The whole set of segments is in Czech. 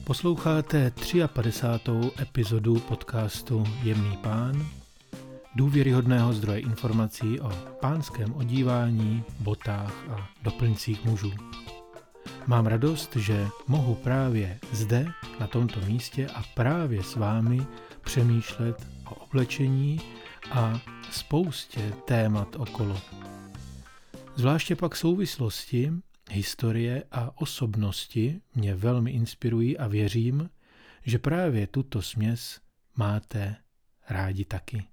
Posloucháte 53. epizodu podcastu Jemný pán, důvěryhodného zdroje informací o pánském odívání, botách a doplňcích mužů. Mám radost, že mohu právě zde, na tomto místě a právě s vámi přemýšlet o oblečení a spoustě témat okolo. Zvláště pak souvislosti, historie a osobnosti mě velmi inspirují a věřím, že právě tuto směs máte rádi taky.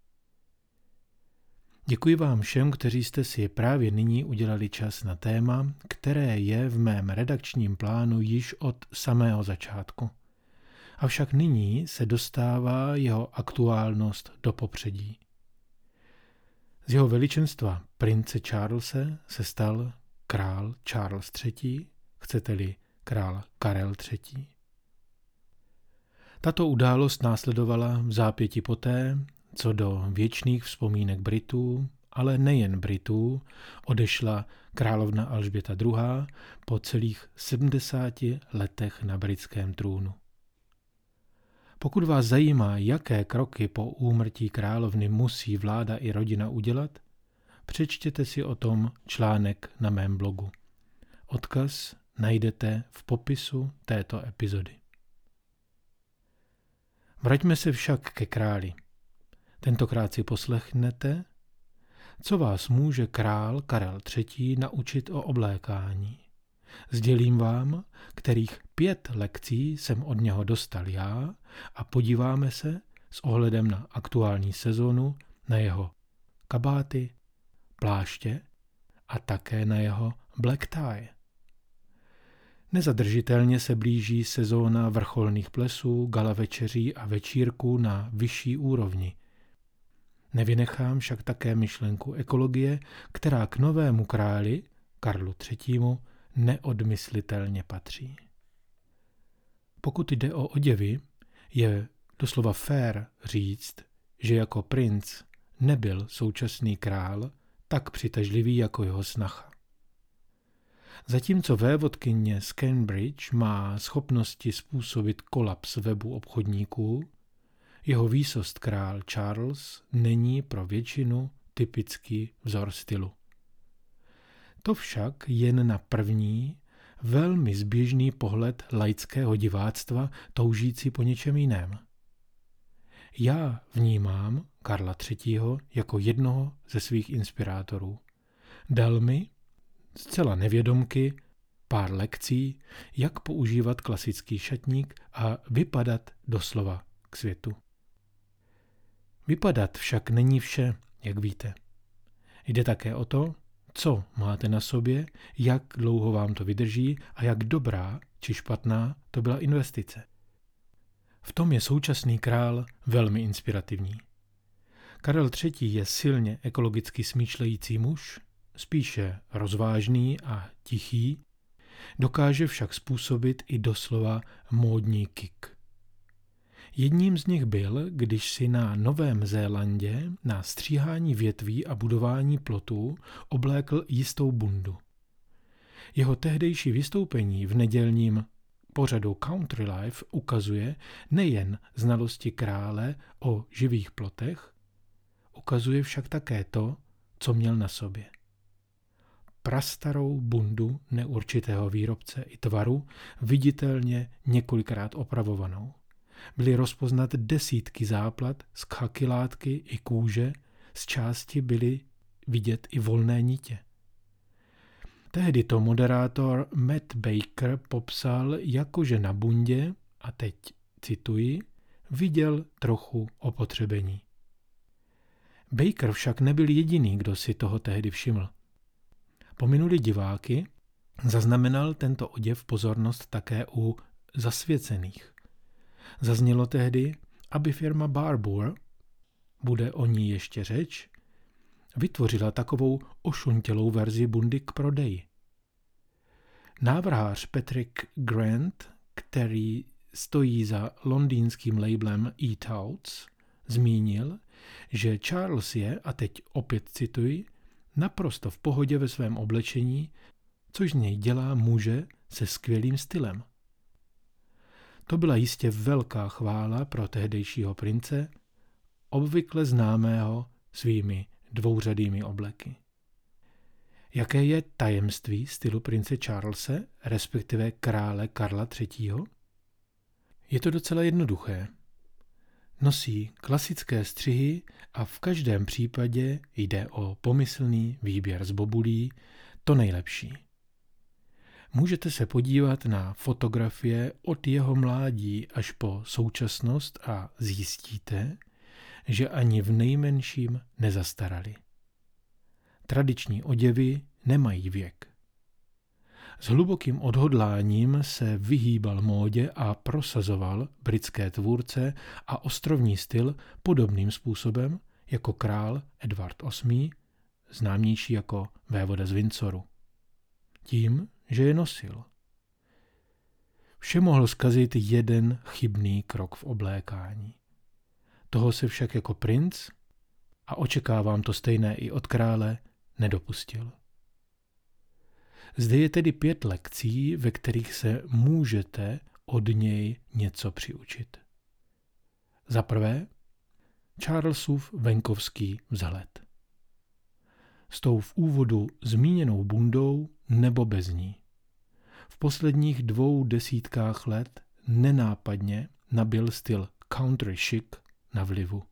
Děkuji vám všem, kteří jste si právě nyní udělali čas na téma, které je v mém redakčním plánu již od samého začátku. Avšak nyní se dostává jeho aktuálnost do popředí. Z jeho veličenstva prince Charlese se stal král Charles III., chcete-li král Karel III. Tato událost následovala v zápěti poté, co do věčných vzpomínek Britů, ale nejen Britů, odešla královna Alžběta II. Po celých 70 letech na britském trůnu. Pokud vás zajímá, jaké kroky po úmrtí královny musí vláda i rodina udělat, přečtěte si o tom článek na mém blogu. Odkaz najdete v popisu této epizody. Vraťme se však ke králi. Tentokrát si poslechnete, co vás může král Karel III. Naučit o oblékání. Sdělím vám, kterých 5 lekcí jsem od něho dostal já a podíváme se s ohledem na aktuální sezonu na jeho kabáty, pláště a také na jeho black tie. Nezadržitelně se blíží sezóna vrcholných plesů, gala večeří a večírků na vyšší úrovni. Nevynechám však také myšlenku ekologie, která k novému králi, Karlu III., neodmyslitelně patří. Pokud jde o oděvy, je doslova fér říct, že jako princ nebyl současný král tak přitažlivý jako jeho snacha. Zatímco vévodkyně z Cambridge má schopnosti způsobit kolaps webu obchodníků, jeho výsost král Charles není pro většinu typický vzor stylu. To však jen na první, velmi zběžný pohled laického diváctva toužící po něčem jiném. Já vnímám Karla III. Jako jednoho ze svých inspirátorů. Dal mi, zcela nevědomky, pár lekcí, jak používat klasický šatník a vypadat doslova k světu. Vypadat však není vše, jak víte. Jde také o to, co máte na sobě, jak dlouho vám to vydrží a jak dobrá či špatná to byla investice. V tom je současný král velmi inspirativní. Karel III. Je silně ekologicky smýšlející muž, spíše rozvážný a tichý, dokáže však způsobit i doslova módní kick. Jedním z nich byl, když si na Novém Zélandě na stříhání větví a budování plotů oblékl jistou bundu. Jeho tehdejší vystoupení v nedělním pořadu Country Life ukazuje nejen znalosti krále o živých plotech, ukazuje však také to, co měl na sobě. Prastarou bundu neurčitého výrobce i tvaru, viditelně několikrát opravovanou. Byly rozpoznat desítky záplat z khakilátky i kůže, z části byly vidět i volné nitě. Tehdy to moderátor Matt Baker popsal jako, že na bundě, a teď cituji, viděl trochu opotřebení. Baker však nebyl jediný, kdo si toho tehdy všiml. Pominuli diváky, zaznamenal tento oděv pozornost také u zasvěcených. Zaznělo tehdy, aby firma Barbour, bude o ní ještě řeč, vytvořila takovou ošuntělou verzi bundy k prodeji. Návrhář Patrick Grant, který stojí za londýnským labelem E-Touts, zmínil, že Charles je, a teď opět cituji, naprosto v pohodě ve svém oblečení, což z něj dělá muže se skvělým stylem. To byla jistě velká chvála pro tehdejšího prince, obvykle známého svými dvouřadými obleky. Jaké je tajemství stylu prince Charlese, respektive krále Karla III.? Je to docela jednoduché. Nosí klasické střihy a v každém případě jde o pomyslný výběr z bobulí, to nejlepší. Můžete se podívat na fotografie od jeho mládí až po současnost a zjistíte, že ani v nejmenším nezastarali. Tradiční oděvy nemají věk. S hlubokým odhodláním se vyhýbal módě a prosazoval britské tvůrce a ostrovní styl podobným způsobem jako král Edward VIII, známější jako vévoda z Windsoru. Tím, že je nosil. Vše mohl zkazit jeden chybný krok v oblékání. Toho se však jako princ, a očekávám to stejné i od krále, nedopustil. Zde je tedy 5 lekcí, ve kterých se můžete od něj něco přiučit. Za prvé, Charlesův venkovský vzhled. S tou v úvodu zmíněnou bundou nebo bez ní. V posledních 2 desítkách let nenápadně nabyl styl country chic na vlivu.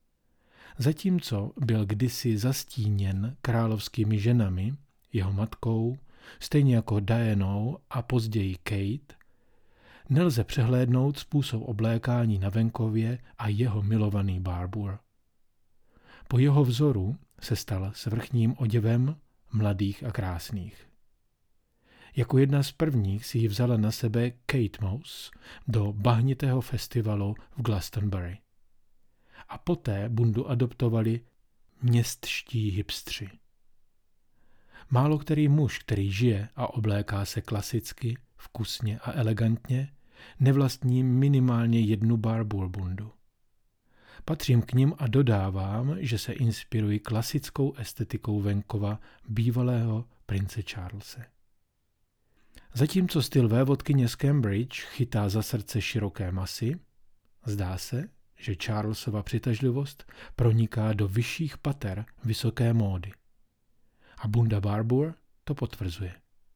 Zatímco byl kdysi zastíněn královskými ženami, jeho matkou, stejně jako Dianou a později Kate, nelze přehlédnout způsob oblékání na venkově a jeho milovaný Barbour. Po jeho vzoru se stal svrchním oděvem mladých a krásných. Jako jedna z prvních si ji vzala na sebe Kate Moss do bahnitého festivalu v Glastonbury. A poté bundu adoptovali městští hipstři. Málo který muž, který žije a obléká se klasicky, vkusně a elegantně, nevlastní minimálně jednu Barbour bundu. Patřím k nim a dodávám, že se inspiruji klasickou estetikou venkova bývalého prince Charlese. Zatímco styl vévodkyně z Cambridge chytá za srdce široké masy, zdá se, že Charlesova přitažlivost proniká do vyšších pater vysoké módy. A bunda Barbour to potvrzuje.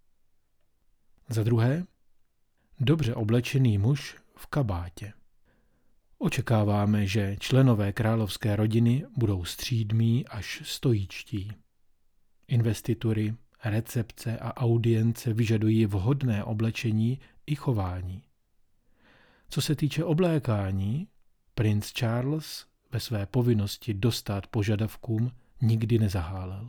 Za druhé, dobře oblečený muž v kabátě. Očekáváme, že členové královské rodiny budou střídmí až stoičtí. Investitury, recepce a audience vyžadují vhodné oblečení i chování. Co se týče oblékání, princ Charles ve své povinnosti dostát požadavkům nikdy nezahálel.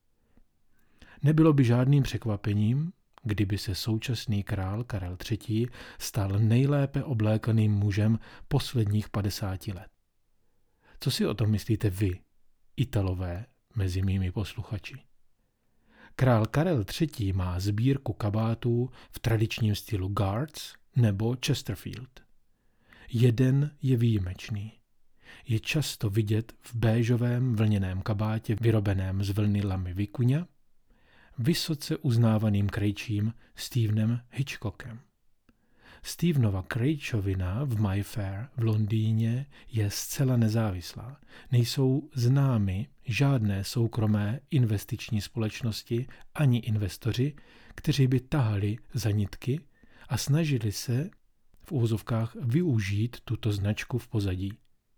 Nebylo by žádným překvapením, kdyby se současný král Karel III. Stal nejlépe oblékaným mužem posledních 50 let. Co si o tom myslíte vy, Italové, mezi mými posluchači? Král Karel III. Má sbírku kabátů v tradičním stylu Guards nebo Chesterfield. Jeden je výjimečný. Je často vidět v béžovém vlněném kabátě vyrobeném z vlny lamy vicuña, vysoce uznávaným krejčím Stevenem Hitchcockem. Stevenova krejčovina v Mayfair v Londýně je zcela nezávislá. Nejsou známy žádné soukromé investiční společnosti ani investoři, kteří by tahali za nitky a snažili se v uvozovkách využít tuto značku v pozadí.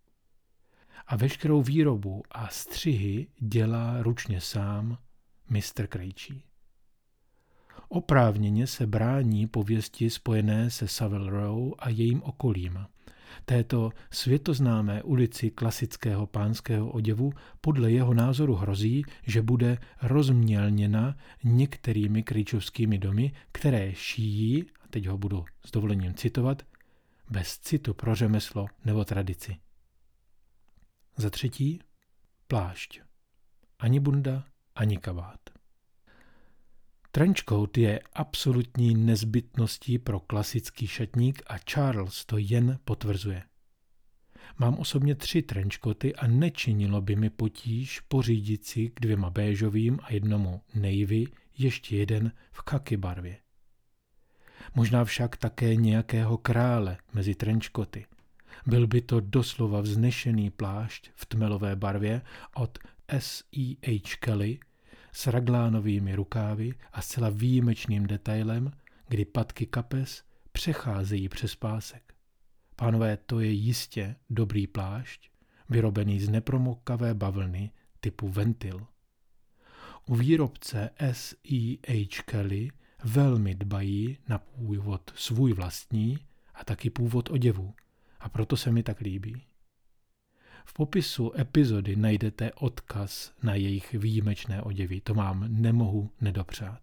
A veškerou výrobu a střihy dělá ručně sám mistr krejčí. Oprávněně se brání pověsti spojené se Savile Row a jejím okolím. Této světoznámé ulici klasického pánského oděvu podle jeho názoru hrozí, že bude rozmělněna některými krejčovskými domy, které šíjí, a teď ho budu s dovolením citovat, bez citu pro řemeslo nebo tradici. Za třetí, plášť. Ani bunda, ani kabát. Trenchcoat je absolutní nezbytností pro klasický šatník a Charles to jen potvrzuje. Mám osobně 3 trenchcoaty a nečinilo by mi potíž pořídit si k 2 béžovým a jednomu navy ještě jeden v khaki barvě. Možná však také nějakého krále mezi trenčkoty. Byl by to doslova vznešený plášť v tmelové barvě od S.E.H. Kelly s raglánovými rukávy a zcela výjimečným detailem, kdy patky kapes přecházejí přes pásek. Pánové, to je jistě dobrý plášť, vyrobený z nepromokavé bavlny typu Ventil. U výrobce S.E.H. Kelly velmi dbají na původ svůj vlastní a taky původ oděvu, a proto se mi tak líbí. V popisu epizody najdete odkaz na jejich výjimečné oděvy, to vám nemohu nedopřát.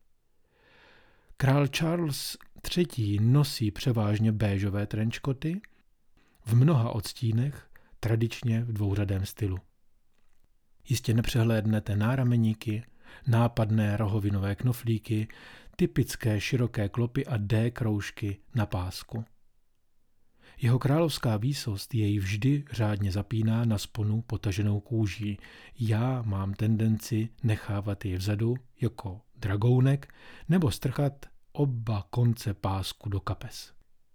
Král Charles III. Nosí převážně béžové trenčkoty, v mnoha odstínech, tradičně v dvouřadém stylu. Jistě nepřehlédnete nárameníky, nápadné rohovinové knoflíky, typické široké klopy a D-kroužky na pásku. Jeho královská výsost jej vždy řádně zapíná na sponu potaženou kůží. Já mám tendenci nechávat jej vzadu jako dragounek nebo strchat oba konce pásku do kapes.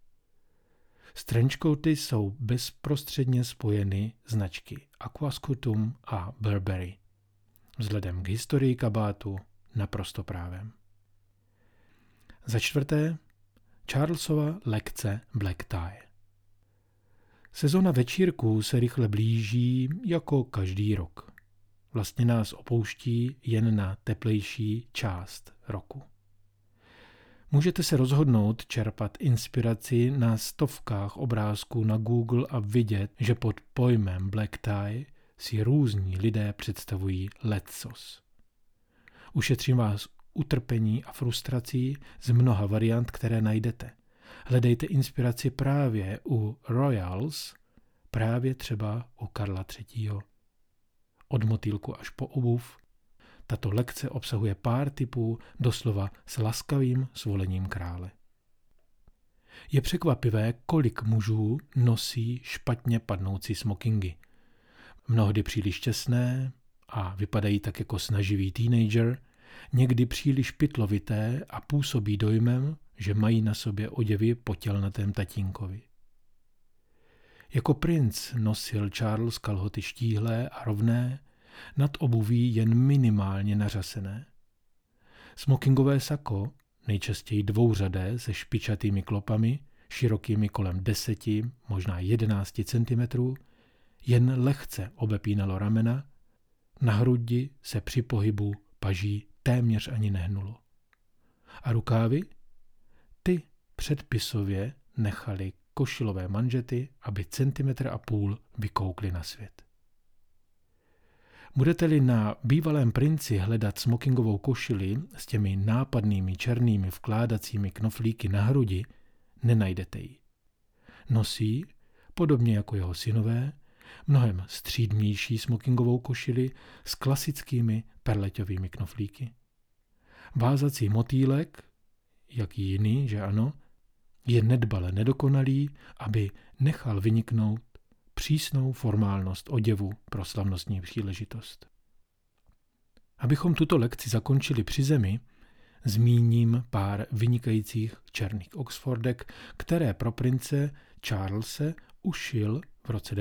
S trenčkoty jsou bezprostředně spojeny značky Aquascutum a Burberry. Vzhledem k historii kabátu naprosto právem. Za čtvrté, Charlesova lekce black tie. Sezona večírků se rychle blíží jako každý rok. Vlastně nás opouští jen na teplejší část roku. Můžete se rozhodnout čerpat inspiraci na stovkách obrázků na Google a vidět, že pod pojmem black tie si různí lidé představují leccos. Ušetřím vás utrpení a frustrací z mnoha variant, které najdete. Hledejte inspiraci právě u Royals, právě třeba u Karla III. Od motýlku až po obuv. Tato lekce obsahuje pár typů doslova s laskavým svolením krále. Je překvapivé, kolik mužů nosí špatně padnoucí smokingy. Mnohdy příliš těsné a vypadají tak jako snaživý teenager, někdy příliš pytlovité a působí dojmem, že mají na sobě oděvy po tělnatém tatínkovi. Jako princ nosil Charles kalhoty štíhlé a rovné, nad obuví jen minimálně nařasené. Smokingové sako, nejčastěji dvouřadé se špičatými klopami, širokými kolem 10, možná 11 cm, jen lehce obepínalo ramena, na hrudi se při pohybu paží téměř ani nehnulo. A rukávy? Ty předpisově nechali košilové manžety, aby 1,5 centimetru vykoukly na svět. Budete-li na bývalém princi hledat smokingovou košili s těmi nápadnými černými vkládacími knoflíky na hrudi, nenajdete ji. Nosí, podobně jako jeho synové, mnohem střídmější smokingovou košili s klasickými perleťovými knoflíky. Vázací motýlek, jaký jiný, že ano, je nedbale nedokonalý, aby nechal vyniknout přísnou formálnost oděvu pro slavnostní příležitost. Abychom tuto lekci zakončili při zemi, zmíním pár vynikajících černých oxfordek, které pro prince Charlese ušil v roce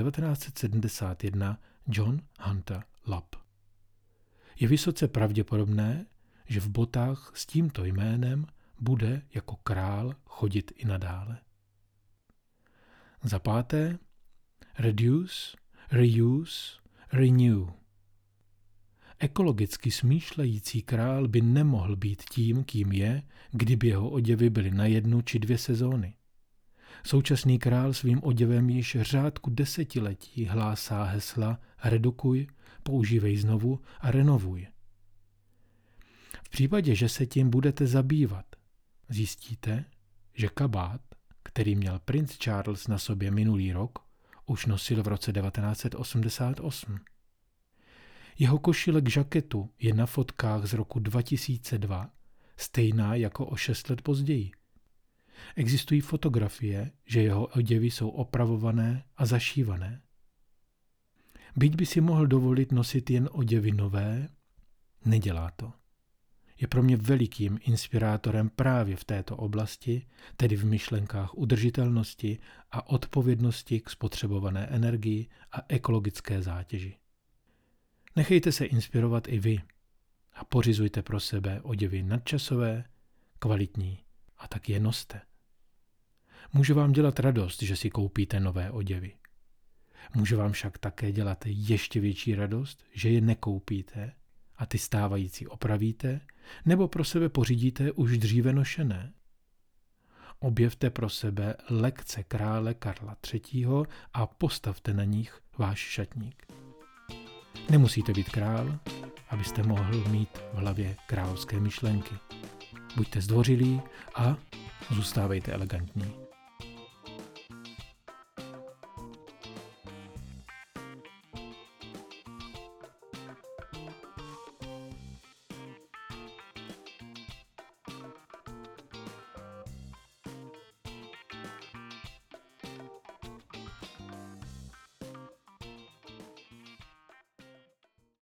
1971 John Hunter Lapp. Je vysoce pravděpodobné, že v botách s tímto jménem bude jako král chodit i nadále. Za páté, reduce, reuse, renew. Ekologicky smýšlející král by nemohl být tím, kým je, kdyby jeho oděvy byly na 1 či 2 sezóny. Současný král svým oděvem již řádku desetiletí hlásá hesla redukuj, používej znovu a renovuj. V případě, že se tím budete zabývat, zjistíte, že kabát, který měl princ Charles na sobě minulý rok, už nosil v roce 1988. Jeho košile k žaketu je na fotkách z roku 2002 stejná jako o 6 let později. Existují fotografie, že jeho oděvy jsou opravované a zašívané. Byť by si mohl dovolit nosit jen oděvy nové, nedělá to. je pro mě velikým inspirátorem právě v této oblasti, tedy v myšlenkách udržitelnosti a odpovědnosti k spotřebované energii a ekologické zátěži. Nechejte se inspirovat i vy a pořizujte pro sebe oděvy nadčasové, kvalitní a tak je noste. Může vám dělat radost, že si koupíte nové oděvy. Může vám však také dělat ještě větší radost, že je nekoupíte a ty stávající opravíte nebo pro sebe pořídíte už dříve nošené. Objevte pro sebe lekce krále Karla III. A postavte na nich váš šatník. Nemusíte být král, abyste mohl mít v hlavě královské myšlenky. Buďte zdvořilí a zůstávejte elegantní.